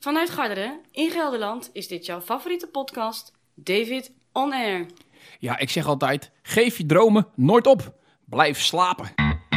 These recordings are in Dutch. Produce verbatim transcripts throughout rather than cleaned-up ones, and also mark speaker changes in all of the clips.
Speaker 1: Vanuit Garderen in Gelderland is dit jouw favoriete podcast, David On Air.
Speaker 2: Ja, ik zeg altijd, geef je dromen nooit op. Blijf slapen.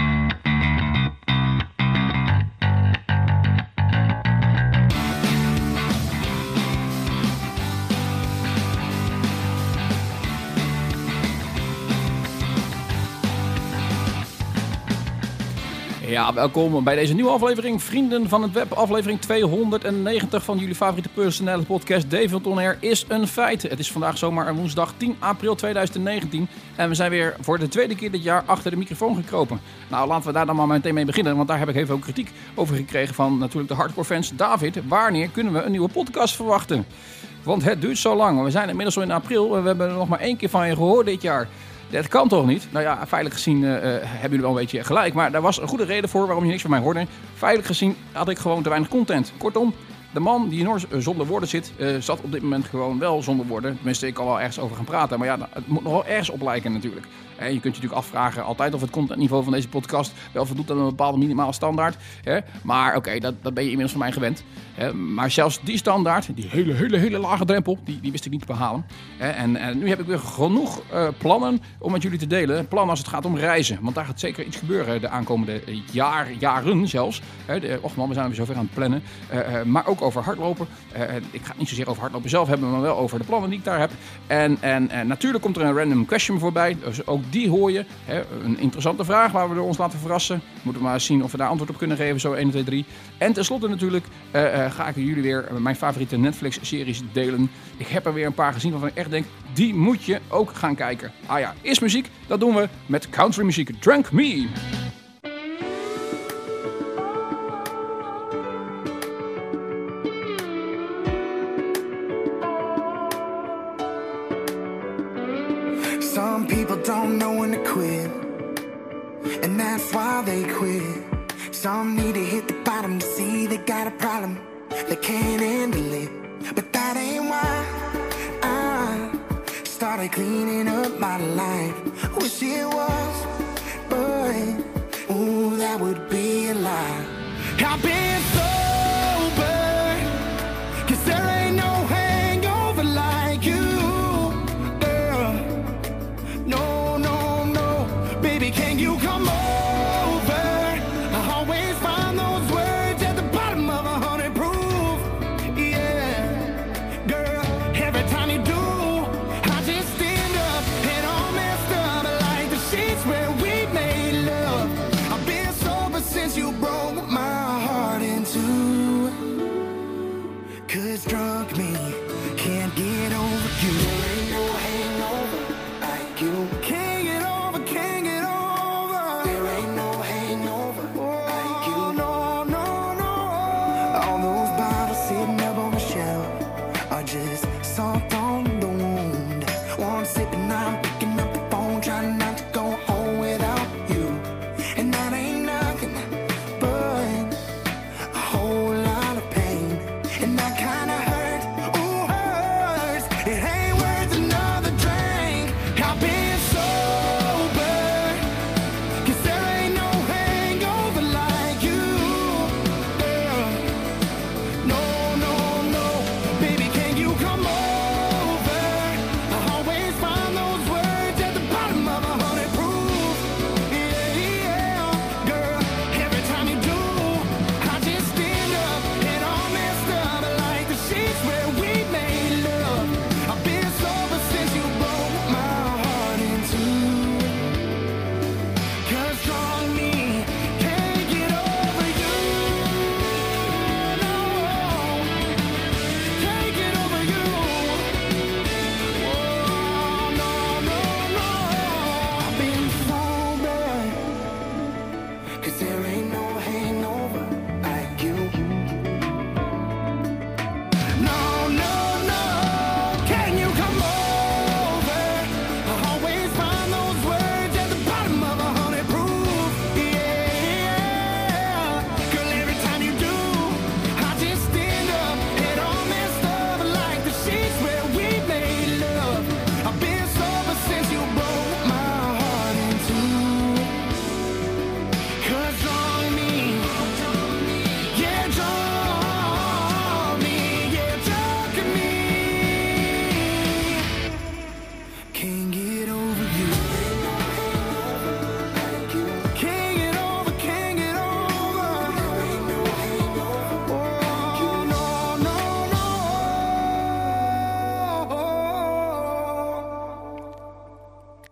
Speaker 2: Ja, welkom bij deze nieuwe aflevering, Vrienden van het Web. Aflevering tweehonderdnegentig van jullie favoriete personele podcast David On Air is een feit. Het is vandaag zomaar woensdag tien april tweeduizend negentien en we zijn weer voor de tweede keer dit jaar achter de microfoon gekropen. Nou, laten we daar dan maar meteen mee beginnen, want daar heb ik even ook kritiek over gekregen van natuurlijk de hardcore fans. David, wanneer kunnen we een nieuwe podcast verwachten? Want het duurt zo lang. We zijn inmiddels al in april en we hebben er nog maar één keer van je gehoord dit jaar. Dat kan toch niet? Nou ja, feitelijk gezien uh, hebben jullie wel een beetje gelijk. Maar daar was een goede reden voor waarom je niks van mij hoorde. Feitelijk gezien had ik gewoon te weinig content. Kortom, de man die enorm zonder woorden zit, uh, zat op dit moment gewoon wel zonder woorden. Tenminste, ik kan wel ergens over gaan praten. Maar ja, het moet nog wel ergens op lijken natuurlijk. En je kunt je natuurlijk afvragen altijd of het contentniveau van deze podcast wel voldoet aan een bepaalde minimale standaard. Hè? Maar oké, okay, dat, dat ben je inmiddels van mij gewend. Hè? Maar zelfs die standaard, die hele, hele, hele lage drempel, die, die wist ik niet te behalen. Hè? En, en nu heb ik weer genoeg uh, plannen om met jullie te delen. Plannen als het gaat om reizen. Want daar gaat zeker iets gebeuren de aankomende jaar, jaren zelfs. Hè? De, och man, we zijn weer zover aan het plannen. Uh, uh, maar ook over hardlopen. Uh, ik ga het niet zozeer over hardlopen zelf hebben, maar wel over de plannen die ik daar heb. En, en, en natuurlijk komt er een random question voorbij. Dus ook die hoor je. Hè? Een interessante vraag waar we door ons laten verrassen. Moeten we maar zien of we daar antwoord op kunnen geven. Zo één, twee, drie. En tenslotte natuurlijk uh, uh, ga ik jullie weer mijn favoriete Netflix-series delen. Ik heb er weer een paar gezien waarvan ik echt denk, die moet je ook gaan kijken. Ah ja, is muziek. Dat doen we met countrymuziek. Drunk Me.
Speaker 3: Some people don't know when to quit, and that's why they quit. Some need to hit the bottom to see they got a problem, they can't handle it. But that ain't why I started cleaning up my life. Wish it was, but ooh, that would be a lie. I've been sober, 'cause there ain't no hangover like you. Baby, can you come over? I always find those words at the bottom of a hundred proof. Yeah, girl, every time you do, I just stand up and all messed up like the sheets where we made love. I've been sober since you broke my heart in two. 'Cause drunk me can't get over you. There ain't no hangover like you. Can't get over. Just salt on the wound. One sip and I'm picking up the phone, trying not to go home without you. And that ain't nothing but a whole lot of pain. And that kinda hurt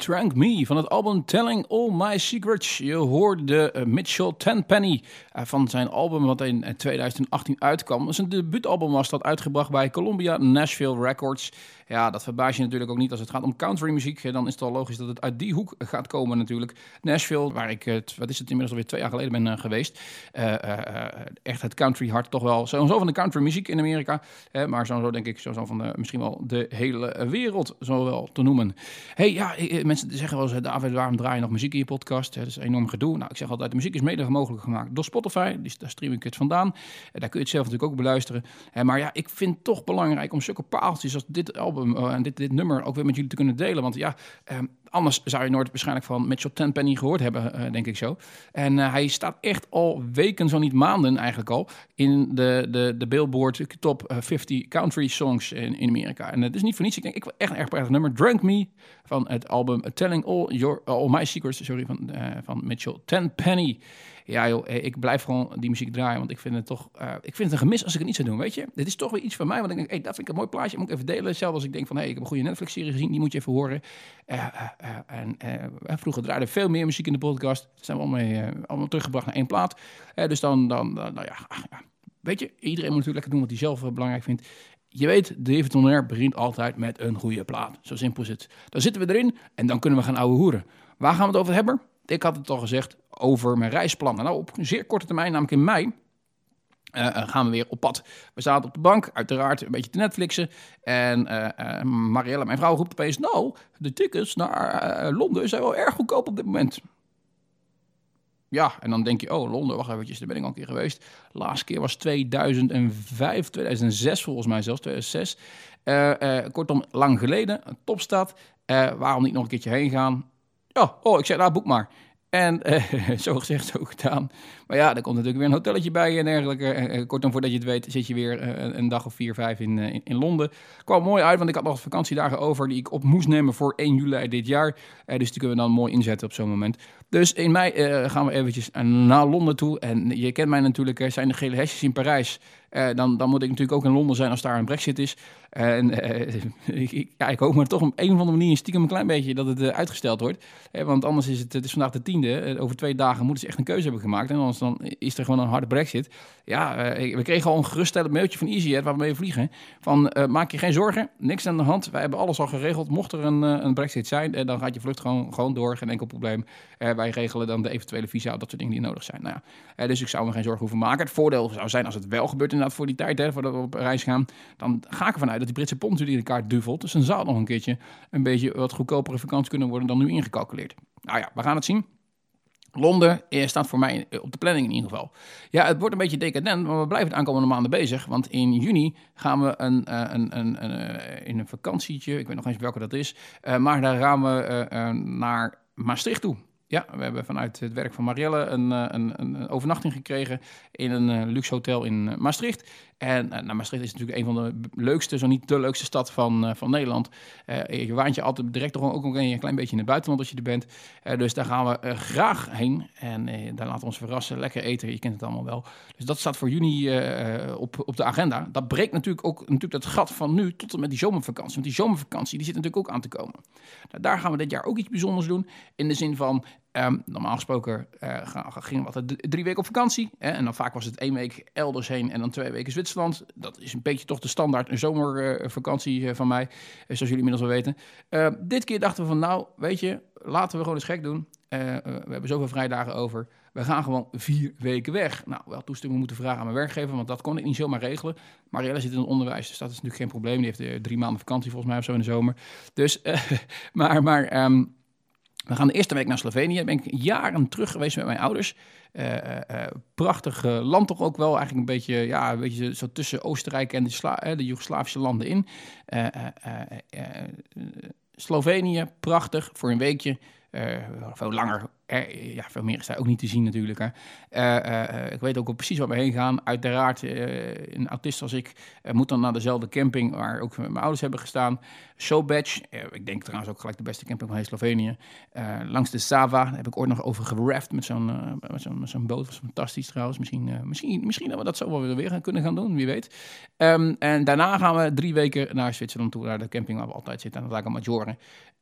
Speaker 2: Drank Me van het album Telling All My Secrets. Je hoorde uh, Mitchell Tenpenny uh, van zijn album wat in uh, twintig achttien uitkwam. Zijn debuutalbum was dat, uitgebracht bij Columbia Nashville Records. Ja, dat verbaast je natuurlijk ook niet als het gaat om countrymuziek. Dan is het al logisch dat het uit die hoek gaat komen natuurlijk. Nashville, waar ik, uh, wat is het, inmiddels alweer twee jaar geleden ben uh, geweest. Uh, uh, uh, echt het country hart toch wel. Sowieso van de countrymuziek in Amerika. Uh, maar sowieso denk ik sowieso van de, misschien wel de hele wereld, zo wel te noemen. Hey, ja, mensen zeggen wel eens, David, waarom draai je nog muziek in je podcast? Dat is een enorm gedoe. Nou, ik zeg altijd, de muziek is mede mogelijk gemaakt door Spotify. Dus daar stream ik het vandaan. Daar kun je het zelf natuurlijk ook beluisteren. Maar ja, ik vind het toch belangrijk om zulke pareltjes als dit album en dit, dit nummer ook weer met jullie te kunnen delen. Want ja, eh, anders zou je nooit waarschijnlijk van Mitchell Tenpenny gehoord hebben, uh, denk ik zo. En uh, hij staat echt al weken, zo niet maanden eigenlijk al, in de, de, de Billboard Top vijftig Country Songs in, in Amerika. En het is niet voor niets. Ik denk, ik echt een erg prettig nummer. Drank Me van het album Telling All, Your, All My Secrets, sorry, van, uh, van Mitchell Tenpenny. Ja joh, ik blijf gewoon die muziek draaien, want ik vind het toch, uh, ik vind het een gemis als ik het niet zou doen, weet je. Dit is toch weer iets van mij, want ik denk, hey, dat vind ik een mooi plaatje, moet ik even delen. Zelfs als ik denk van, hey, ik heb een goede Netflix-serie gezien, die moet je even horen. Uh, uh, uh, en uh, vroeger draaide veel meer muziek in de podcast. Daar zijn we allemaal, mee, uh, allemaal teruggebracht naar één plaat. Uh, dus dan, dan uh, nou ja, ach, ja, weet je, iedereen moet natuurlijk lekker doen wat hij zelf uh, belangrijk vindt. Je weet, David On Air begint altijd met een goede plaat. Zo simpel is het. Dan zitten we erin en dan kunnen we gaan ouwe hoeren. Waar gaan we het over hebben? Ik had het al gezegd over mijn reisplannen. Nou, op een zeer korte termijn, namelijk in mei, uh, gaan we weer op pad. We zaten op de bank, uiteraard een beetje te Netflixen. En uh, uh, Marielle, mijn vrouw, roept opeens, nou, de tickets naar uh, Londen zijn wel erg goedkoop op dit moment. Ja, en dan denk je, oh, Londen, wacht eventjes, daar ben ik al een keer geweest. De laatste keer was tweeduizend vijf, tweeduizend zes volgens mij zelfs, tweeduizend zes. Uh, uh, kortom, lang geleden, een topstad. Uh, waarom niet nog een keertje heen gaan? Ja, oh, ik zei, nou, boek maar. En uh, zo gezegd, zo gedaan. Maar ja, er komt natuurlijk weer een hotelletje bij en dergelijke. Uh, kortom, voordat je het weet, zit je weer uh, een dag of vier, vijf in, uh, in, in Londen. Kwam mooi uit, want ik had nog vakantiedagen over die ik op moest nemen voor één juli dit jaar. Uh, dus die kunnen we dan mooi inzetten op zo'n moment. Dus in mei uh, gaan we eventjes naar Londen toe. En je kent mij natuurlijk, uh, zijn de gele hesjes in Parijs. Uh, dan, dan moet ik natuurlijk ook in Londen zijn als daar een Brexit is. En uh, ik, ik, ja, ik hoop maar toch op een of andere manier stiekem een klein beetje dat het uh, uitgesteld wordt. Uh, want anders is het, het is vandaag de tiende. Uh, over twee dagen moeten ze echt een keuze hebben gemaakt. En anders dan is er gewoon een harde Brexit. Ja, uh, we kregen al een geruststellend mailtje van EasyJet waar we mee vliegen. Van uh, maak je geen zorgen, niks aan de hand. Wij hebben alles al geregeld. Mocht er een, uh, een Brexit zijn, uh, dan gaat je vlucht gewoon, gewoon door. Geen enkel probleem. Uh, wij regelen dan de eventuele visa, dat soort dingen die nodig zijn. Nou ja, uh, dus ik zou me geen zorgen hoeven maken. Het voordeel zou zijn als het wel gebeurt inderdaad voor die tijd, hè, voordat we op reis gaan. Dan ga ik ervan uit dat die Britse pond natuurlijk in de kaart duvelt. Dus dan zou het nog een keertje een beetje wat goedkopere vakantie kunnen worden dan nu ingecalculeerd. Nou ja, we gaan het zien. Londen staat voor mij op de planning in ieder geval. Ja, het wordt een beetje decadent, maar we blijven de aankomende maanden bezig. Want in juni gaan we een, een, een, een, in een vakantietje, ik weet nog eens welke dat is, uh, maar daar gaan we uh, uh, naar Maastricht toe. Ja, we hebben vanuit het werk van Marielle een, een, een overnachting gekregen in een luxe hotel in Maastricht. En uh, nou, Maastricht is natuurlijk een van de leukste, zo niet de leukste stad van, uh, van Nederland. Uh, je waant je altijd direct toch ook nog een klein beetje in het buitenland als je er bent. Uh, dus daar gaan we uh, graag heen. En uh, daar laten we ons verrassen, lekker eten, je kent het allemaal wel. Dus dat staat voor juni uh, op, op de agenda. Dat breekt natuurlijk ook natuurlijk dat gat van nu tot en met die zomervakantie. Want die zomervakantie die zit natuurlijk ook aan te komen. Nou, daar gaan we dit jaar ook iets bijzonders doen. In de zin van, um, normaal gesproken uh, gingen we altijd drie weken op vakantie. Hè? En dan vaak was het één week elders heen en dan twee weken Zwitserland. Dat is een beetje toch de standaard een zomervakantie uh, van mij, uh, zoals jullie inmiddels wel weten. Uh, dit keer dachten we van, nou, weet je, laten we gewoon eens gek doen. Uh, uh, we hebben zoveel vrijdagen over. We gaan gewoon vier weken weg. Nou, wel toestemming moeten vragen aan mijn werkgever, want dat kon ik niet zomaar regelen. Marielle zit in het onderwijs, dus dat is natuurlijk geen probleem. Die heeft uh, drie maanden vakantie volgens mij of zo in de zomer. Dus, uh, maar, maar... Um, we gaan de eerste week naar Slovenië. Daar ben ik jaren terug geweest met mijn ouders. Uh, uh, prachtig uh, land toch ook wel. Eigenlijk een beetje, ja, een beetje zo tussen Oostenrijk en de, Sla- uh, de Joegoslavische landen in. Uh, uh, uh, uh, Slovenië, prachtig, voor een weekje. Uh, veel langer, uh, ja, veel meer is daar ook niet te zien natuurlijk. Hè. Uh, uh, ik weet ook wel precies waar we heen gaan. Uiteraard, uh, een autist als ik uh, moet dan naar dezelfde camping waar ook mijn ouders hebben gestaan. Sobec, uh, ik denk trouwens ook gelijk de beste camping van heel Slovenië. Uh, langs de Sava, daar heb ik ooit nog over geraft met zo'n, uh, met zo'n, met zo'n boot. Dat was fantastisch trouwens. Misschien, uh, misschien, misschien dat we dat zo wel weer, weer gaan kunnen gaan doen, wie weet. Um, en daarna gaan we drie weken naar Zwitserland toe, naar de camping waar we altijd zitten, aan het Lago Maggiore.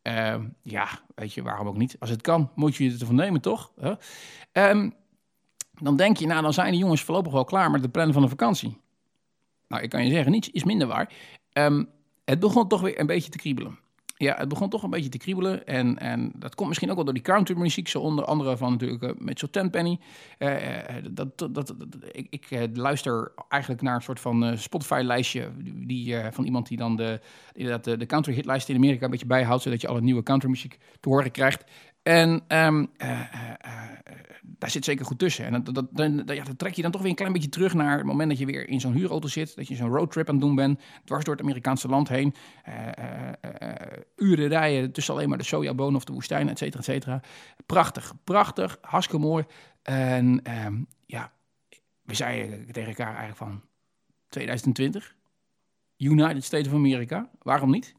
Speaker 2: Uh, ja, weet je, waarom ook niet? Als het kan, moet je het ervan nemen, toch? Huh? Um, dan denk je, nou, dan zijn die jongens voorlopig wel klaar met het plannen van de vakantie. Nou, ik kan je zeggen, niets is minder waar. Um, het begon toch weer een beetje te kriebelen. Ja, het begon toch een beetje te kriebelen. En, en dat komt misschien ook wel door die countrymuziek. Zo onder andere van natuurlijk uh, Mitchell Tenpenny. Uh, dat, dat, dat, dat, ik ik uh, luister eigenlijk naar een soort van uh, Spotify-lijstje. Die, uh, van iemand die dan de, die dat, de, de country-hitlijst in Amerika een beetje bijhoudt. Zodat je alle nieuwe countrymuziek te horen krijgt. En um, uh, uh, uh, daar zit zeker goed tussen. En dat, dat, dat, dat, ja, dat trek je dan toch weer een klein beetje terug naar het moment dat je weer in zo'n huurauto zit. Dat je zo'n roadtrip aan het doen bent, dwars door het Amerikaanse land heen. Uh, uh, uh, uren rijden tussen alleen maar de sojabonen of de woestijn, et cetera, et cetera. Prachtig, prachtig, hartstikke mooi. En um, ja, we zeiden tegen elkaar eigenlijk van twintig twintig, United States of America, waarom niet?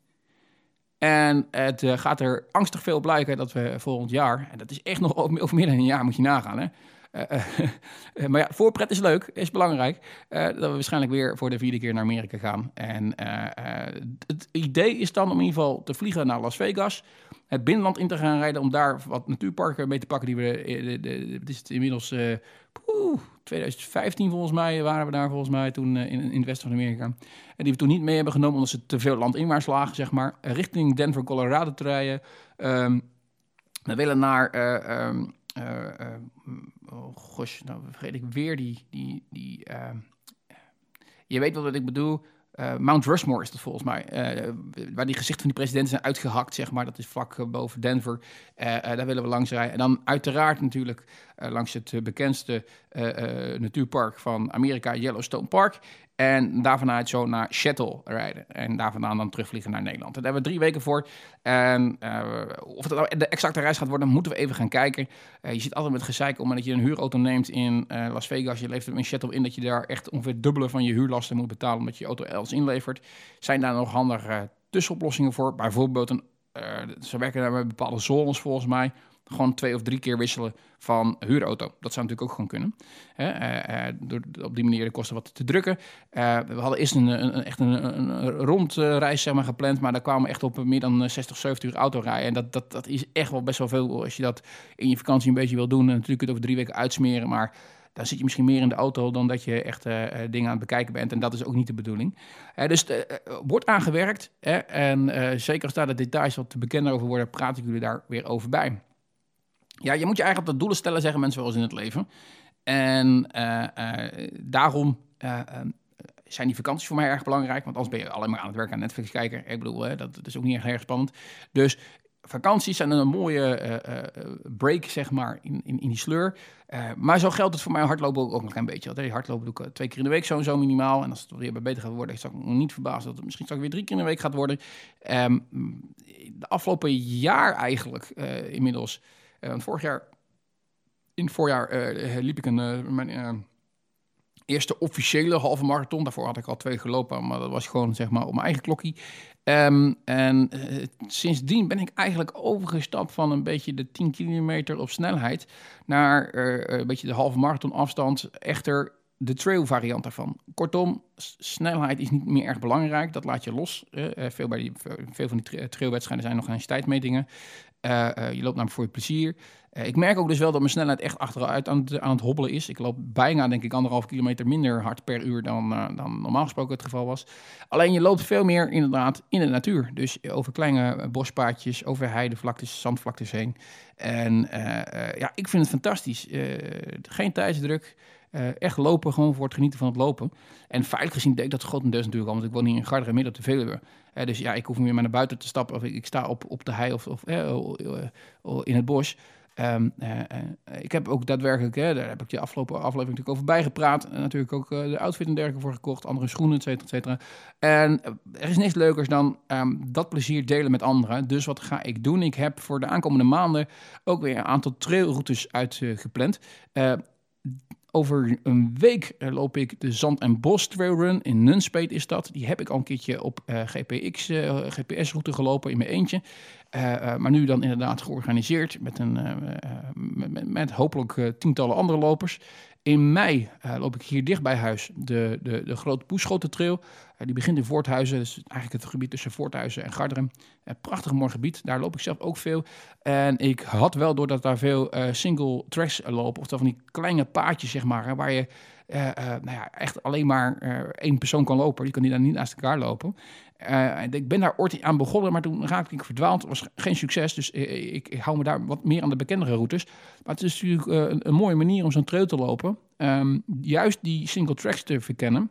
Speaker 2: En het uh, gaat er angstig veel op lijken dat we volgend jaar, en dat is echt nog over, over meer dan een jaar, moet je nagaan. Hè? Uh, uh, maar ja, voorpret is leuk, is belangrijk. Uh, dat we waarschijnlijk weer voor de vierde keer naar Amerika gaan. En uh, uh, het idee is dan om in ieder geval te vliegen naar Las Vegas, het binnenland in te gaan rijden, om daar wat natuurparken mee te pakken die we, de, de, de, het is inmiddels uh, poeh, twintig vijftien volgens mij, waren we daar volgens mij toen uh, in, in het westen van Amerika. En die we toen niet mee hebben genomen, omdat ze te veel landinwaarts lagen, zeg maar, richting Denver, Colorado te rijden. Um, we willen naar, uh, um, uh, uh, oh gosh, nou vergeet ik weer die, die, die uh, je weet wel wat ik bedoel. Uh, Mount Rushmore is dat volgens mij, uh, waar die gezichten van die presidenten zijn uitgehakt, zeg maar. Dat is vlak uh, boven Denver. Uh, uh, daar willen we langs rijden. En dan uiteraard natuurlijk uh, langs het uh, bekendste uh, uh, natuurpark van Amerika, Yellowstone Park. En daar vanuit zo naar Seattle rijden. En daar vandaan dan terugvliegen naar Nederland. En daar hebben we drie weken voor. En uh, of het nou de exacte reis gaat worden, moeten we even gaan kijken. Uh, je zit altijd met gezeik om dat je een huurauto neemt in uh, Las Vegas. Je leeft hem in Seattle in dat je daar echt ongeveer het dubbele van je huurlasten moet betalen omdat je je auto elders inlevert. Zijn daar nog handige uh, tussenoplossingen voor? Bijvoorbeeld, een, uh, ze werken daar met bepaalde zones volgens mij. Gewoon twee of drie keer wisselen van huurauto. Dat zou natuurlijk ook gewoon kunnen. Hè? Uh, uh, door op die manier de kosten wat te drukken. Uh, we hadden eerst een, een, echt een, een, een rondreis zeg maar, gepland. Maar daar kwamen we echt op meer dan zestig, zeventig uur autorijden. En dat, dat, dat is echt wel best wel veel als je dat in je vakantie een beetje wil doen. En natuurlijk kun je het over drie weken uitsmeren. Maar dan zit je misschien meer in de auto dan dat je echt uh, dingen aan het bekijken bent. En dat is ook niet de bedoeling. Uh, dus uh, wordt aangewerkt. Hè? En uh, zeker als daar de details wat bekender over worden, praat ik jullie daar weer over bij. Ja, je moet je eigenlijk op de doelen stellen, zeggen mensen wel eens in het leven. En uh, uh, daarom uh, uh, zijn die vakanties voor mij erg belangrijk. Want anders ben je alleen maar aan het werk aan Netflix kijken. Ik bedoel, hè, dat, dat is ook niet echt erg spannend. Dus vakanties zijn een mooie uh, uh, break, zeg maar, in, in, in die sleur. Uh, maar zo geldt het voor mij hardlopen ook, ook een klein beetje. Want hardlopen doe ik uh, twee keer in de week zo, zo minimaal. En als het weer beter gaat worden, zal ik me niet verbazen dat het misschien straks weer drie keer in de week gaat worden. Um, de afgelopen jaar eigenlijk uh, inmiddels. Uh, want vorig jaar, in het voorjaar, uh, liep ik een, uh, mijn uh, eerste officiële halve marathon. Daarvoor had ik al twee gelopen, maar dat was gewoon zeg maar op mijn eigen klokkie. Um, en uh, sindsdien ben ik eigenlijk overgestapt van een beetje de tien kilometer op snelheid naar uh, een beetje de halve marathon afstand. Echter de trail variant daarvan. Kortom, snelheid is niet meer erg belangrijk. Dat laat je los. Uh, veel, bij die, veel van die trailwedstrijden zijn nog geen tijdmetingen. Uh, uh, je loopt namelijk voor je plezier. Uh, ik merk ook dus wel dat mijn snelheid echt achteruit aan het, aan het hobbelen is. Ik loop bijna, denk ik, anderhalf kilometer minder hard per uur dan, uh, dan normaal gesproken het geval was. Alleen je loopt veel meer inderdaad in de natuur. Dus over kleine bospaadjes, over heidevlaktes, zandvlaktes heen. En uh, uh, ja, ik vind het fantastisch. Uh, geen tijdsdruk. Uh, echt lopen, gewoon voor het genieten van het lopen. En feitelijk gezien deed ik dat grotendeels natuurlijk al, want ik woon hier in Garderen midden op de Veluwe. Uh, dus ja, ik hoef niet meer naar buiten te stappen of ik, ik sta op, op de hei of, of uh, uh, uh, in het bos. Um, uh, uh, ik heb ook daadwerkelijk, uh, daar heb ik de afgelopen aflevering natuurlijk over bijgepraat. Uh, natuurlijk ook uh, de outfit en dergelijke voor gekocht, andere schoenen, et cetera, et cetera. En uh, er is niks leukers dan um, dat plezier delen met anderen. Dus wat ga ik doen? Ik heb voor de aankomende maanden ook weer een aantal trailroutes uitgepland. Uh, Over een week loop ik de Zand- en Bos Trailrun in Nunspeet is dat. Die heb ik al een keertje op uh, G P X, uh, G P S-route gelopen in mijn eentje. Uh, uh, maar nu dan inderdaad georganiseerd met, een, uh, uh, met, met, met hopelijk uh, tientallen andere lopers. In mei uh, loop ik hier dicht bij huis de, de, de Grote Boeschotentrail. Uh, die begint in Voorthuizen, dus eigenlijk het gebied tussen Voorthuizen en Garderen. Een prachtig mooi gebied, daar loop ik zelf ook veel. En ik had wel, doordat daar veel uh, single tracks lopen, of van die kleine paadjes, zeg maar, hè, waar je uh, uh, nou ja, echt alleen maar uh, één persoon kan lopen. Die kan die dan niet naast elkaar lopen. Uh, ik ben daar ooit aan begonnen, maar toen raakte ik verdwaald. Het was geen succes, dus ik, ik, ik hou me daar wat meer aan de bekendere routes. Maar het is natuurlijk uh, een, een mooie manier om zo'n trail te lopen. Um, juist die single tracks te verkennen.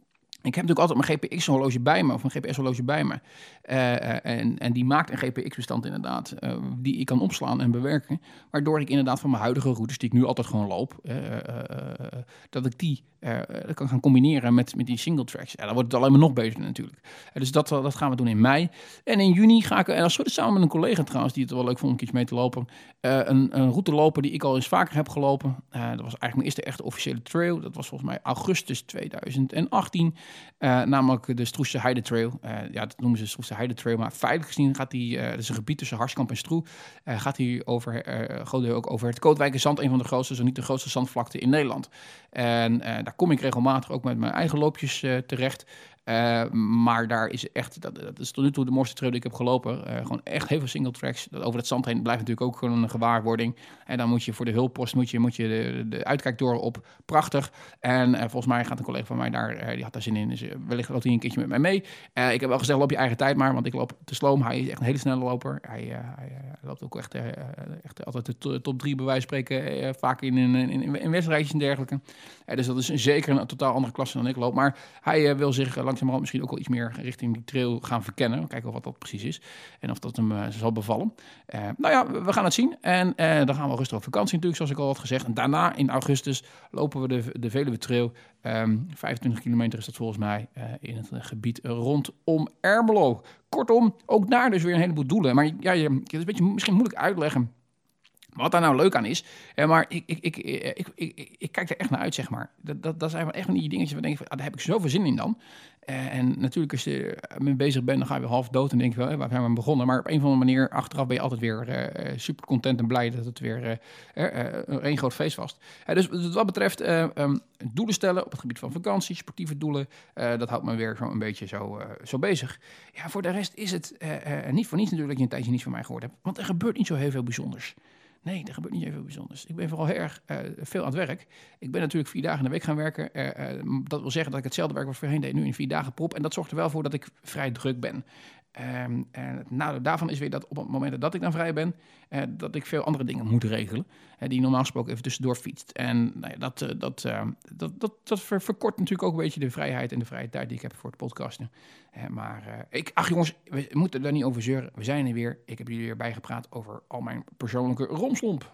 Speaker 2: Ik heb natuurlijk altijd mijn G P X-horloge bij me, of een G P S-horloge bij me. Uh, en, en die maakt een G P X-bestand inderdaad, uh, die ik kan opslaan en bewerken. Waardoor ik inderdaad van mijn huidige routes, die ik nu altijd gewoon loop, uh, uh, uh, dat ik die uh, kan gaan combineren met, met die single tracks. Ja, dan wordt het alleen maar nog beter natuurlijk. Uh, dus dat, dat gaan we doen in mei. En in juni ga ik, en dat is samen met een collega trouwens, die het wel leuk vond om een keertje mee te lopen, uh, een, een route lopen die ik al eens vaker heb gelopen. Uh, dat was eigenlijk mijn eerste echte officiële trail. Dat was volgens mij augustus tweeduizend achttien. Uh, namelijk de Stroesse Heide Trail. Uh, ja, dat noemen ze Stroesse Heide Trail. Maar feitelijk gezien gaat die, uh, dat is een gebied tussen Harskamp en Stroe, uh, gaat die over, uh, groot deel ook over het Kootwijkerzand, een van de grootste, zo niet de grootste zandvlakte in Nederland. En uh, daar kom ik regelmatig ook met mijn eigen loopjes uh, terecht. Uh, maar daar is echt, dat, dat is tot nu toe de mooiste trail die ik heb gelopen. Uh, gewoon echt heel veel single tracks. Dat over het zand heen blijft natuurlijk ook gewoon een gewaarwording. En dan moet je voor de hulppost moet je, moet je de, de uitkijktoren op. Prachtig. En uh, volgens mij gaat een collega van mij daar, uh, die had daar zin in. Dus uh, wellicht loopt hij een keertje met mij mee. Uh, ik heb wel gezegd, loop je eigen tijd maar, want ik loop te sloom. Hij is echt een hele snelle loper. Hij, uh, hij uh, loopt ook echt, uh, echt altijd de to- top drie bij wijze van spreken. Uh, vaak in, in, in, in wedstrijdjes en dergelijke. Uh, dus dat is zeker een totaal andere klasse dan ik loop. Maar hij uh, wil zich uh, langzamerhand misschien ook wel iets meer richting die trail gaan verkennen. Kijken wat dat precies is. En of dat hem uh, zal bevallen. Uh, nou ja, we gaan het zien. En uh, dan gaan we rustig op vakantie natuurlijk, zoals ik al had gezegd. En daarna in augustus lopen we de, de Veluwe Trail. Um, vijfentwintig kilometer is dat volgens mij uh, in het uh, gebied rondom Ermelo. Kortom, ook daar dus weer een heleboel doelen. Maar ja, je, het is een beetje misschien moeilijk uitleggen wat daar nou leuk aan is. Ja, maar ik, ik, ik, ik, ik, ik, ik kijk er echt naar uit, zeg maar. Dat, dat, dat zijn wel echt van die dingetjes waar ik denk, ah, daar heb ik zoveel zin in dan. Uh, en natuurlijk als je ermee bezig bent, dan ga je weer half dood en denk je wel, hé, waar zijn we begonnen? Maar op een of andere manier, achteraf ben je altijd weer uh, super content en blij dat het weer uh, uh, uh, een groot feest was. Uh, dus, dus wat betreft uh, um, doelen stellen op het gebied van vakantie, sportieve doelen, uh, dat houdt me weer zo een beetje zo, uh, zo bezig. Ja, voor de rest is het uh, uh, niet voor niets natuurlijk dat je een tijdje niets van mij gehoord hebt. Want er gebeurt niet zo heel veel bijzonders. Nee, er gebeurt niet heel veel bijzonders. Ik ben vooral heel erg uh, veel aan het werk. Ik ben natuurlijk vier dagen in de week gaan werken. Uh, uh, dat wil zeggen dat ik hetzelfde werk wat voorheen deed, nu in vier dagen prop. En dat zorgt er wel voor dat ik vrij druk ben. Um, en het nadeel daarvan is weer dat op het moment dat ik dan vrij ben, uh, dat ik veel andere dingen moet regelen. Uh, die normaal gesproken even tussendoor fietst. En nou ja, dat, uh, dat, uh, dat, dat, dat ver, verkort natuurlijk ook een beetje de vrijheid en de vrije tijd die ik heb voor het podcasten. Uh, maar uh, ik, ach jongens, we moeten daar niet over zeuren. We zijn er weer. Ik heb jullie weer bijgepraat over al mijn persoonlijke romslomp.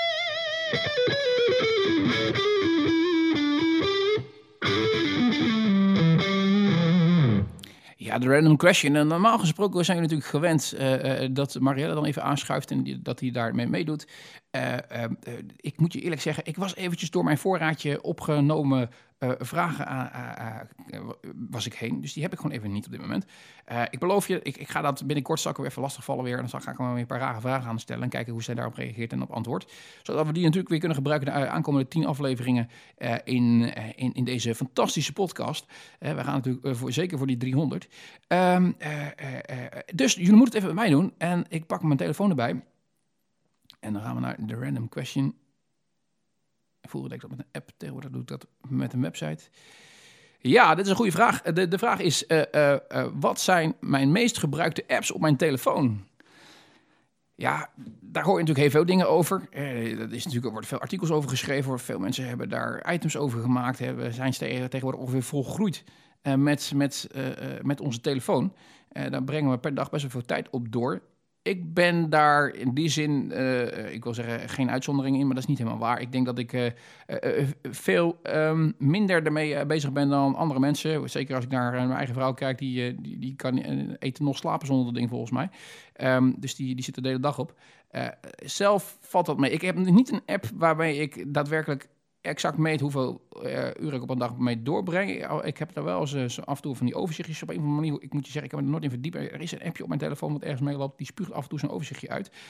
Speaker 2: Ja, de random question. En normaal gesproken zijn we natuurlijk gewend uh, uh, dat Marielle dan even aanschuift en die, dat hij daarmee meedoet. Uh, uh, uh, ik moet je eerlijk zeggen, ik was eventjes door mijn voorraadje opgenomen uh, vragen aan, uh, uh, was ik heen. Dus die heb ik gewoon even niet op dit moment. Uh, ik beloof je, ik, ik ga dat binnenkort zal ik weer even lastigvallen weer. En dan ga ik gewoon weer een paar rare vragen aan stellen en kijken hoe zij daarop reageert en op antwoordt. Zodat we die natuurlijk weer kunnen gebruiken de aankomende tien afleveringen uh, in, uh, in, in deze fantastische podcast. Uh, we gaan natuurlijk uh, voor, zeker voor die driehonderd. Um, uh, uh, uh, dus jullie moeten het even met mij doen. En ik pak mijn telefoon erbij. En dan gaan we naar de random question. Vroeger deed ik dat met een app, tegenwoordig doe ik dat met een website. Ja, dit is een goede vraag. De, de vraag is, uh, uh, uh, wat zijn mijn meest gebruikte apps op mijn telefoon? Ja, daar hoor je natuurlijk heel veel dingen over. Uh, dat is natuurlijk, er worden veel artikels over geschreven. Veel mensen hebben daar items over gemaakt. Hè. We zijn tegenwoordig ongeveer volgroeid uh, met, met, uh, uh, met onze telefoon. Uh, daar brengen we per dag best wel veel tijd op door. Ik ben daar in die zin, uh, ik wil zeggen, geen uitzondering in, maar dat is niet helemaal waar. Ik denk dat ik uh, uh, veel um, minder ermee uh, bezig ben dan andere mensen. Zeker als ik naar uh, mijn eigen vrouw kijk, die, uh, die, die kan uh, eten nog slapen zonder dat ding volgens mij. Um, dus die, die zit er de hele dag op. Uh, zelf valt dat mee. Ik heb niet een app waarmee ik daadwerkelijk exact meet hoeveel uh, uren ik op een dag mee doorbreng. Ik heb daar wel eens uh, af en toe van die overzichtjes op een of andere manier. Ik moet je zeggen, ik heb me er nooit in verdiept. Er is een appje op mijn telefoon wat ergens meeloopt. Die spuugt af en toe zo'n overzichtje uit.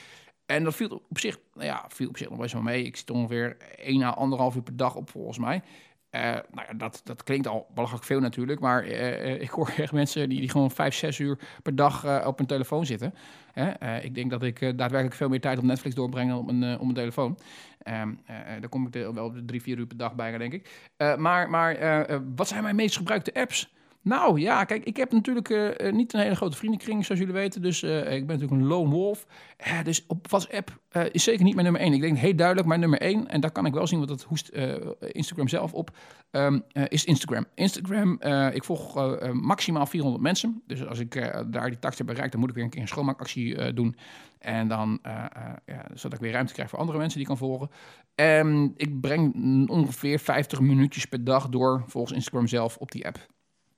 Speaker 2: En dat viel op zich, nou ja, viel op zich nog best wel mee. Ik zit ongeveer één à anderhalf uur per dag op, volgens mij. Uh, nou ja, dat, dat klinkt al belachelijk veel natuurlijk, maar uh, ik hoor echt mensen die, die gewoon vijf, zes uur per dag uh, op hun telefoon zitten. Hè? Uh, ik denk dat ik uh, daadwerkelijk veel meer tijd op Netflix doorbreng dan op mijn, uh, op mijn telefoon. Um, uh, daar kom ik de, wel op de drie, vier uur per dag bijna, denk ik. Uh, maar maar uh, uh, wat zijn mijn meest gebruikte apps? Nou ja, kijk, ik heb natuurlijk uh, niet een hele grote vriendenkring, zoals jullie weten. Dus uh, ik ben natuurlijk een lone wolf. Uh, dus op WhatsApp uh, is zeker niet mijn nummer één. Ik denk heel duidelijk mijn nummer één. En daar kan ik wel zien, want dat hoest uh, Instagram zelf op. Um, uh, is Instagram. Instagram, uh, ik volg uh, uh, maximaal vierhonderd mensen. Dus als ik uh, daar die tax heb bereikt, dan moet ik weer een keer een schoonmaakactie uh, doen. En dan, uh, uh, ja, zodat ik weer ruimte krijg voor andere mensen die ik kan volgen. Um, ik breng ongeveer vijftig minuutjes per dag door, volgens Instagram zelf, op die app.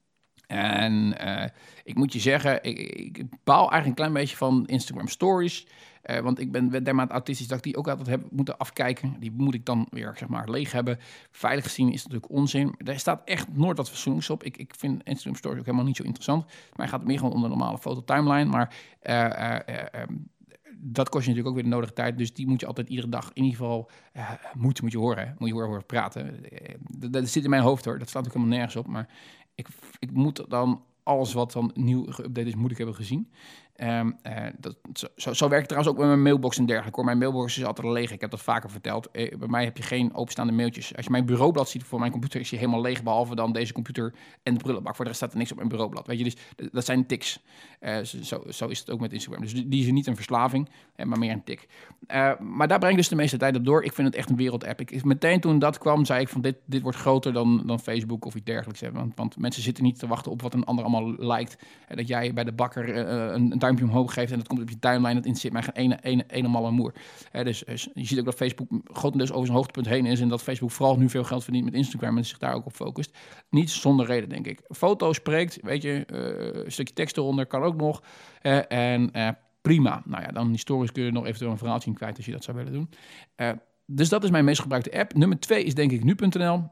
Speaker 2: En uh, ik moet je zeggen, ik, ik baal eigenlijk een klein beetje van Instagram Stories. Uh, want ik ben dermate autistisch dat ik die ook altijd heb moeten afkijken. Die moet ik dan weer, zeg maar, leeg hebben. Veilig gezien is het natuurlijk onzin. Er staat echt nooit wat fatsoenlijks op. Ik, ik vind Instagram Stories ook helemaal niet zo interessant. Maar gaat het meer gewoon om de normale fototimeline. Maar uh, uh, uh, um, dat kost je natuurlijk ook weer de nodige tijd. Dus die moet je altijd iedere dag in ieder geval... Uh, moet, moet je horen, hè? Moet je horen, horen praten. Dat, dat zit in mijn hoofd, hoor. Dat staat ook helemaal nergens op. Maar ik, ik moet dan... alles wat dan nieuw geüpdate is, moet ik hebben gezien. Um, uh, dat, zo, zo werkt het trouwens ook met mijn mailbox en dergelijke. Hoor. Mijn mailbox is altijd leeg. Ik heb dat vaker verteld. Uh, bij mij heb je geen openstaande mailtjes. Als je mijn bureaublad ziet voor mijn computer, is die helemaal leeg. Behalve dan deze computer en de prullenbak. Voor de rest staat er niks op mijn bureaublad. Weet je, dus dat zijn tics. Uh, zo, zo is het ook met Instagram. Dus die is niet een verslaving, maar meer een tik. Uh, maar daar breng ik dus de meeste tijd op door. Ik vind het echt een wereldapp. Ik, meteen toen dat kwam, zei ik van dit, dit wordt groter dan, dan Facebook of iets dergelijks. Hè. Want, want mensen zitten niet te wachten op wat een ander allemaal liked. Uh, dat jij bij de bakker uh, een, een duimpje omhoog geeft en dat komt op je timeline. Dat interesseert mij geen ene, ene, ene malle moer. Uh, dus uh, je ziet ook dat Facebook grotendeels over zijn hoogtepunt heen is en dat Facebook vooral nu veel geld verdient met Instagram en zich daar ook op focust. Niet zonder reden, denk ik. Foto spreekt, weet je, uh, een stukje tekst eronder kan ook nog. Uh, en uh, prima. Nou ja, dan historisch kun je nog eventueel een verhaaltje in kwijt als je dat zou willen doen. Uh, dus dat is mijn meest gebruikte app. Nummer twee is denk ik nu punt n l.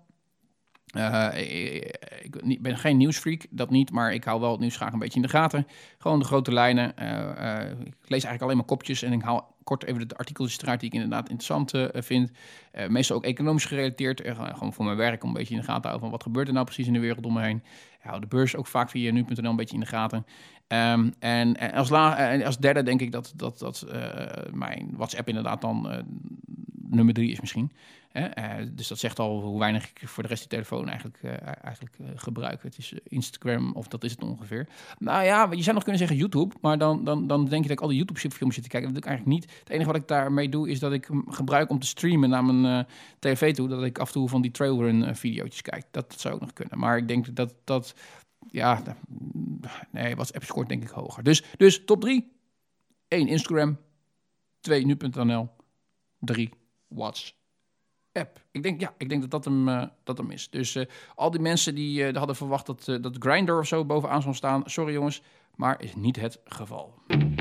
Speaker 2: Uh, ik, ik ben geen nieuwsfreak, dat niet, maar ik hou wel het nieuws graag een beetje in de gaten. Gewoon de grote lijnen. Uh, uh, ik lees eigenlijk alleen maar kopjes en ik haal kort even de artikeltjes eruit die ik inderdaad interessant uh, vind. Uh, meestal ook economisch gerelateerd. Uh, gewoon voor mijn werk om een beetje in de gaten te houden van wat gebeurt er nou precies in de wereld om me heen. Ik hou de beurs ook vaak via nu punt n l een beetje in de gaten. Um, en, en als, la, uh, als derde denk ik dat, dat, dat uh, mijn WhatsApp inderdaad dan uh, nummer drie is misschien. Uh, dus dat zegt al hoe weinig ik voor de rest die telefoon eigenlijk, uh, eigenlijk uh, gebruik. Het is Instagram of dat is het ongeveer. Nou ja, je zou nog kunnen zeggen YouTube, maar dan, dan, dan denk je dat ik al die YouTube-filmpjes zit te kijken. Dat doe ik eigenlijk niet. Het enige wat ik daarmee doe is dat ik hem gebruik om te streamen naar mijn uh, tv toe. Dat ik af en toe van die trailrun uh, video's kijk. Dat, dat zou ook nog kunnen. Maar ik denk dat dat... Ja, nee, WhatsApp scoort denk ik hoger. Dus, dus top drie. één Instagram. twee nu punt n l. drie WhatsApp. Ik denk, ja, ik denk dat dat hem, uh, dat hem is. Dus uh, al die mensen die uh, hadden verwacht dat, uh, dat Grindr of zo bovenaan zou staan. Sorry jongens, maar is niet het geval.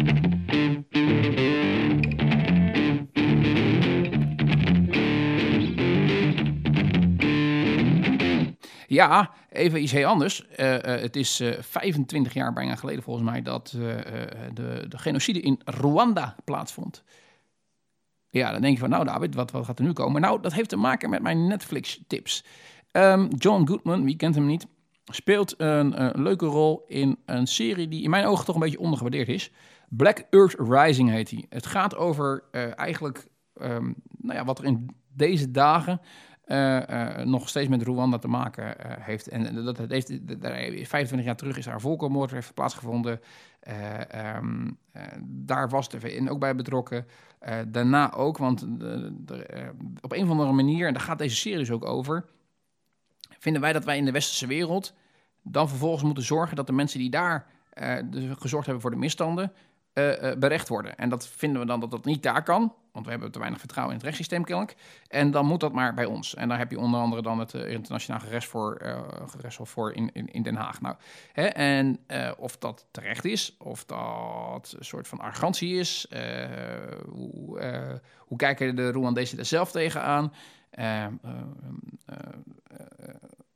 Speaker 2: Ja, even iets heel anders. Uh, uh, het is uh, vijfentwintig jaar bijna geleden volgens mij dat uh, de, de genocide in Rwanda plaatsvond. Ja, dan denk je van, nou David, wat, wat gaat er nu komen? Nou, dat heeft te maken met mijn Netflix-tips. Um, John Goodman, wie kent hem niet, speelt een, een leuke rol in een serie die in mijn ogen toch een beetje ondergewaardeerd is. Black Earth Rising heet hij. Het gaat over uh, eigenlijk um, nou ja, wat er in deze dagen uh, uh, nog steeds met Rwanda te maken uh, heeft. En dat, dat heeft, vijfentwintig jaar terug is daar een volkenmoord heeft plaatsgevonden. Uh, um, uh, daar was de V N ook bij betrokken. Uh, daarna ook, want uh, de, uh, op een of andere manier, en daar gaat deze serie dus ook over, vinden wij dat wij in de westerse wereld dan vervolgens moeten zorgen dat de mensen die daar uh, dus gezorgd hebben voor de misstanden, uh, uh, berecht worden. En dat vinden we dan dat dat niet daar kan, want we hebben te weinig vertrouwen in het rechtssysteem kennelijk. En dan moet dat maar bij ons. En daar heb je onder andere dan het uh, internationaal gerechtshof voor, uh, gerechtshof voor in, in, in Den Haag. Nou, hè, en uh, of dat terecht is, of dat een soort van arrogantie is, uh, hoe, uh, hoe kijken de Rwandezen er zelf tegenaan? Uh, uh, uh, uh,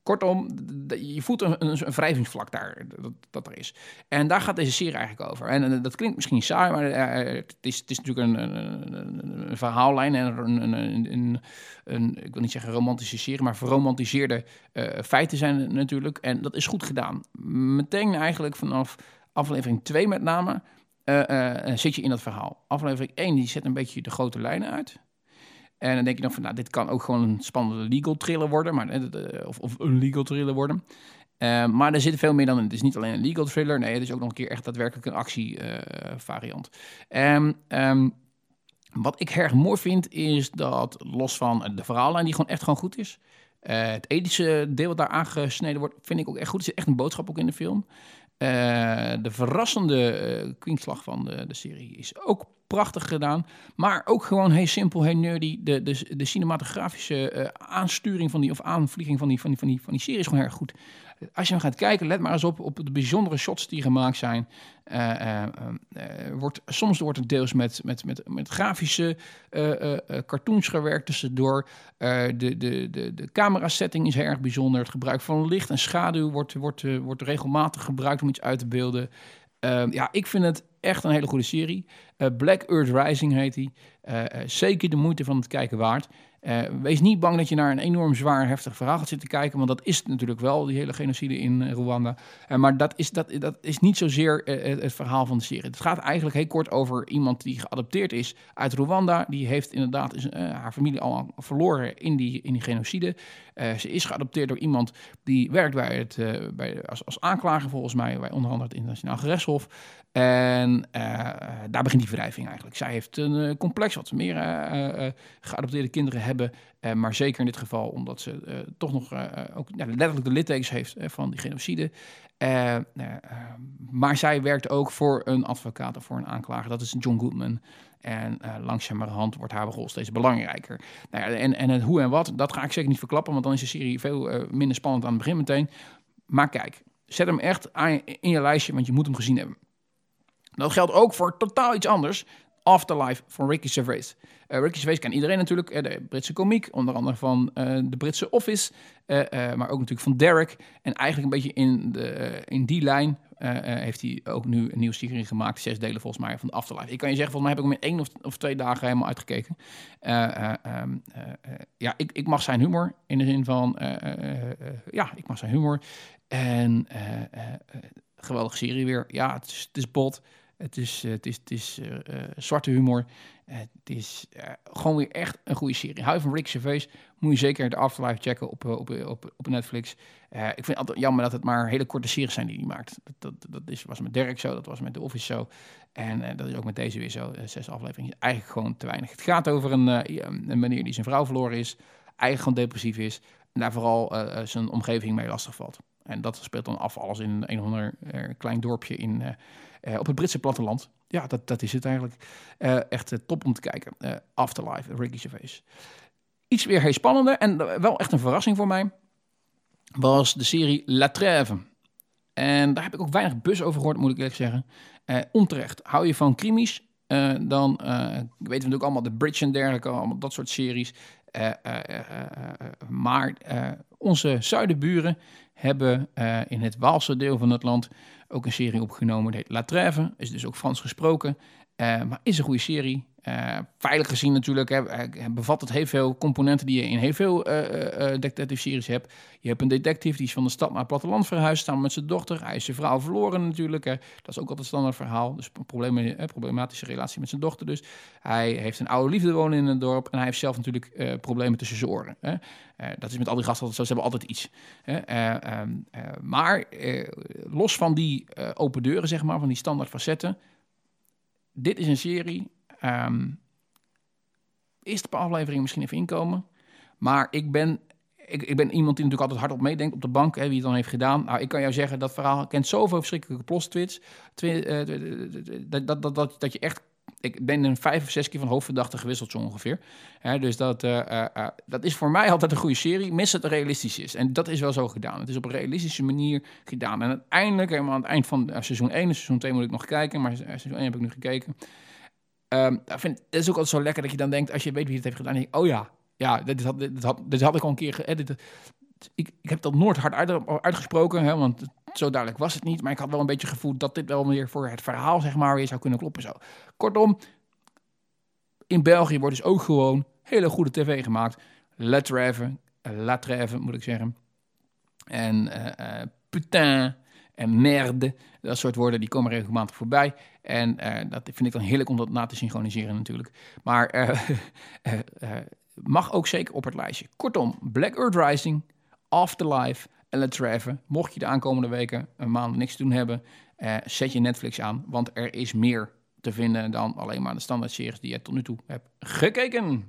Speaker 2: Kortom, d- d- je voelt een, een, een wrijvingsvlak daar, dat, dat er is. En daar gaat deze serie eigenlijk over. En, en dat klinkt misschien saai, maar uh, het, is, het is natuurlijk een, een, een, een verhaallijn en een, een, een, een, een, ik wil niet zeggen romantische serie, maar verromantiseerde uh, feiten zijn het natuurlijk. En dat is goed gedaan. Meteen eigenlijk vanaf aflevering twee met name uh, uh, zit je in dat verhaal. Aflevering één die zet een beetje de grote lijnen uit. En dan denk je nog van, nou, dit kan ook gewoon een spannende legal thriller worden, maar, uh, of, of een legal thriller worden. Uh, maar er zit veel meer dan in. Het is niet alleen een legal thriller, nee, het is ook nog een keer echt daadwerkelijk een actievariant. Uh, um, um, wat ik erg mooi vind, is dat los van de verhaallijn die gewoon echt gewoon goed is, uh, het ethische deel wat daar aangesneden wordt, vind ik ook echt goed. Er zit echt een boodschap ook in de film. Uh, de verrassende uh, kwinkslag van de, de serie is ook prachtig gedaan, maar ook gewoon heel simpel, heel nerdy. De, de, de cinematografische uh, aansturing van die, of aanvlieging van die, van, die, van, die, van die serie is gewoon erg goed. Als je hem gaat kijken, let maar eens op, op de bijzondere shots die gemaakt zijn. Uh, uh, uh, wordt, soms wordt het deels met, met, met, met grafische uh, uh, cartoons gewerkt tussendoor. Uh, de, de, de, de camera-setting is heel erg bijzonder. Het gebruik van licht en schaduw wordt, wordt, uh, wordt regelmatig gebruikt om iets uit te beelden. Uh, ja, ik vind het echt een hele goede serie. Uh, Black Earth Rising heet die. Uh, uh, zeker de moeite van het kijken waard. Uh, wees niet bang dat je naar een enorm zwaar, heftig verhaal gaat zitten kijken, want dat is het natuurlijk wel, die hele genocide in uh, Rwanda. Uh, maar dat is, dat, dat is niet zozeer uh, het, het verhaal van de serie. Het gaat eigenlijk heel kort over iemand die geadopteerd is uit Rwanda. Die heeft inderdaad is, uh, haar familie al verloren in die, in die genocide. Uh, ze is geadopteerd door iemand die werkt bij het, uh, bij, als, als aanklager volgens mij, bij onder andere het Internationaal Gerechtshof. En uh, daar begint die wrijving eigenlijk. Zij heeft een uh, complex wat meer uh, uh, geadopteerde kinderen hebben. Uh, maar zeker in dit geval omdat ze uh, toch nog uh, ook ja, letterlijk de littekens heeft uh, van die genocide. Uh, uh, uh, maar zij werkt ook voor een advocaat of voor een aanklager. Dat is John Goodman. En uh, langzamerhand wordt haar rol steeds belangrijker. Nou ja, en, en het hoe en wat, dat ga ik zeker niet verklappen, want dan is de serie veel uh, minder spannend aan het begin meteen. Maar kijk, zet hem echt aan, in je lijstje, want je moet hem gezien hebben. Dat geldt ook voor totaal iets anders. Afterlife van Ricky Gervais. Uh, Ricky Gervais kent iedereen natuurlijk. Uh, de Britse komiek, onder andere van uh, de Britse Office. Uh, uh, maar ook natuurlijk van Derek. En eigenlijk een beetje in, de, uh, in die lijn uh, uh, heeft hij ook nu een nieuwe serie gemaakt. Zes delen volgens mij van de Afterlife. Ik kan je zeggen, volgens mij heb ik hem in één of, of twee dagen helemaal uitgekeken. Uh, uh, um, uh, uh, ja, ik, ik mag zijn humor. In de zin van, uh, uh, uh, ja, ik mag zijn humor. En uh, uh, uh, geweldige serie weer. Ja, het is, het is bot. Het is, uh, het is, het is uh, uh, zwarte humor. Uh, het is uh, gewoon weer echt een goede serie. Hou je van Rick Gervais, moet je zeker de Afterlife checken op, uh, op, op, op Netflix. Uh, ik vind het altijd jammer dat het maar hele korte series zijn die hij maakt. Dat, dat, dat is, was met Derek zo, dat was met The Office zo. En uh, dat is ook met deze weer zo. Uh, zes afleveringen, eigenlijk gewoon te weinig. Het gaat over een, uh, een meneer die zijn vrouw verloren is. Eigenlijk gewoon depressief is. En daar vooral uh, zijn omgeving mee lastig valt. En dat speelt dan af alles in een of ander uh, klein dorpje in... Uh, Uh, op het Britse platteland. Ja, dat, dat is het eigenlijk. Uh, echt uh, top om te kijken. Uh, Afterlife, Ricky Gervais. Iets weer heel spannender en wel echt een verrassing voor mij was de serie La Trêve. En daar heb ik ook weinig buzz over gehoord, moet ik eerlijk zeggen. Uh, onterecht. Hou je van krimis, uh, dan uh, weten we natuurlijk allemaal de Bridge en dergelijke, allemaal dat soort series. Uh, uh, uh, uh, uh, maar uh, onze zuidenburen hebben uh, in het Waalse deel van het land ook een serie opgenomen. Die heet La Trêve, is dus ook Frans gesproken. Uh, maar is een goede serie. Uh, veilig gezien natuurlijk. Hè, uh, bevat het heel veel componenten die je in heel veel uh, uh, detective series hebt. Je hebt een detective die is van de stad naar het platteland verhuisd, samen met zijn dochter. Hij is zijn vrouw verloren natuurlijk. Hè. Dat is ook altijd een standaard verhaal. Dus een probleem, uh, problematische relatie met zijn dochter dus. Hij heeft een oude liefde wonen in het dorp. En hij heeft zelf natuurlijk uh, problemen tussen zijn oren. Hè. Uh, dat is met al die gasten altijd zo. Ze hebben altijd iets. Hè. Uh, um, uh, maar uh, los van die uh, open deuren, zeg maar, van die standaard facetten. Dit is een serie. Um, eerste paar afleveringen misschien even inkomen. Maar ik ben, ik, ik ben iemand die natuurlijk altijd hardop meedenkt op de bank. Hè, wie het dan heeft gedaan. Nou, ik kan jou zeggen, dat verhaal kent zoveel verschrikkelijke plot twists. Twi- uh, dat, dat, dat, dat, dat je echt... Ik ben een vijf of zes keer van hoofdverdachte gewisseld zo ongeveer. Hè, dus dat, uh, uh, uh, dat is voor mij altijd een goede serie. Mis het realistisch is. En dat is wel zo gedaan. Het is op een realistische manier gedaan. En uiteindelijk, helemaal aan het eind van uh, seizoen één... en seizoen twee moet ik nog kijken. Maar seizoen één heb ik nu gekeken. Um, ik vind, het is ook altijd zo lekker dat je dan denkt, als je weet wie het heeft gedaan, denk je, oh ja, ja, dit had, dit had, dit had ik al een keer geëdit. ik, ik heb dat nooit hard uit, uitgesproken, hè, want zo duidelijk was het niet. Maar ik had wel een beetje het gevoel dat dit wel weer voor het verhaal zeg maar weer zou kunnen kloppen. Zo. Kortom, in België wordt dus ook gewoon hele goede tv gemaakt. La Trêve, La Trêve moet ik zeggen. En uh, uh, putain en merde, dat soort woorden, die komen regelmatig voorbij. En uh, dat vind ik dan heerlijk om dat na te synchroniseren natuurlijk. Maar uh, uh, uh, mag ook zeker op het lijstje. Kortom, Black Earth Rising, Afterlife en La Trêve. Mocht je de aankomende weken een maand niks te doen hebben, uh, zet je Netflix aan. Want er is meer te vinden dan alleen maar de standaard series die je tot nu toe hebt gekeken.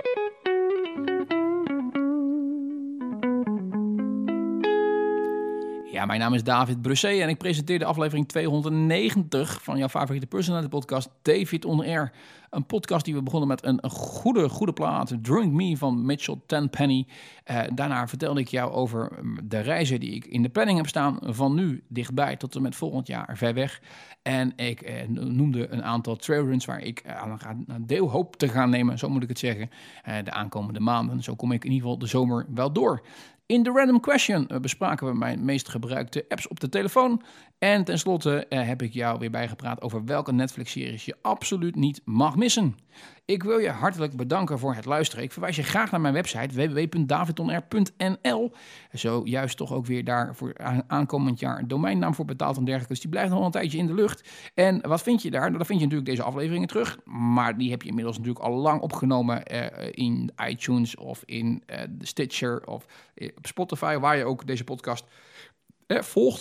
Speaker 2: Ja, mijn naam is David Brussé en ik presenteer de aflevering tweehonderdnegentig van jouw favoriete personality podcast David On Air. Een podcast die we begonnen met een, een goede, goede plaat, Drink Me van Mitchell Tenpenny. Uh, daarna vertelde ik jou over de reizen die ik in de planning heb staan van nu dichtbij tot en met volgend jaar ver weg. En ik uh, noemde een aantal trailruns waar ik uh, aan een deel hoop te gaan nemen, zo moet ik het zeggen, uh, de aankomende maanden. Zo kom ik in ieder geval de zomer wel door. In de Random Question bespraken we mijn meest gebruikte apps op de telefoon. En tenslotte eh, heb ik jou weer bijgepraat over welke Netflix-series je absoluut niet mag missen. Ik wil je hartelijk bedanken voor het luisteren. Ik verwijs je graag naar mijn website w w w punt davidonair punt n l. Zo juist toch ook weer daar voor aankomend jaar een domeinnaam voor betaald en dergelijke. Dus die blijft nog een tijdje in de lucht. En wat vind je daar? Nou, dan vind je natuurlijk deze afleveringen terug. Maar die heb je inmiddels natuurlijk al lang opgenomen uh, in iTunes of in uh, Stitcher of op Spotify, waar je ook deze podcast uh, volgt.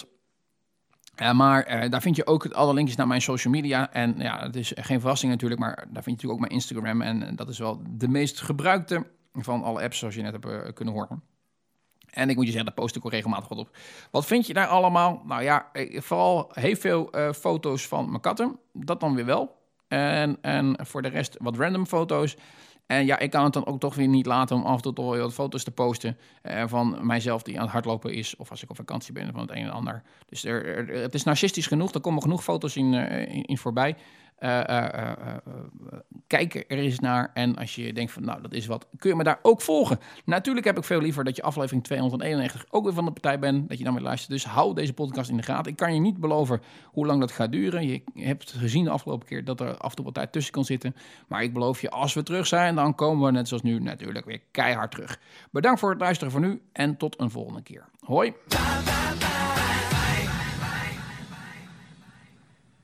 Speaker 2: Uh, maar uh, daar vind je ook alle linkjes naar mijn social media. En ja, het is geen verrassing natuurlijk, maar daar vind je natuurlijk ook mijn Instagram. En uh, dat is wel de meest gebruikte van alle apps, zoals je net hebt uh, kunnen horen. En ik moet je zeggen, daar post ik ook regelmatig wat op. Wat vind je daar allemaal? Nou ja, vooral heel veel uh, foto's van mijn katten. Dat dan weer wel. En, en voor de rest wat random foto's. En ja, ik kan het dan ook toch weer niet laten om af en toe toch weer wat foto's te posten uh, van mijzelf die aan het hardlopen is. Of als ik op vakantie ben van het een en ander. Dus er, er, het is narcistisch genoeg. Er komen genoeg foto's in, uh, in, in voorbij. Uh, uh, uh, uh, uh, kijk er eens naar. En als je denkt van nou, dat is wat, kun je me daar ook volgen. Natuurlijk heb ik veel liever dat je aflevering tweehonderdeenennegentig ook weer van de partij bent. Dat je dan weer luistert. Dus hou deze podcast in de gaten. Ik kan je niet beloven hoe lang dat gaat duren. Je hebt gezien de afgelopen keer dat er af en toe wat tijd tussen kan zitten. Maar ik beloof je, als we terug zijn, dan komen we net zoals nu natuurlijk weer keihard terug. Bedankt voor het luisteren voor nu en tot een volgende keer. Hoi!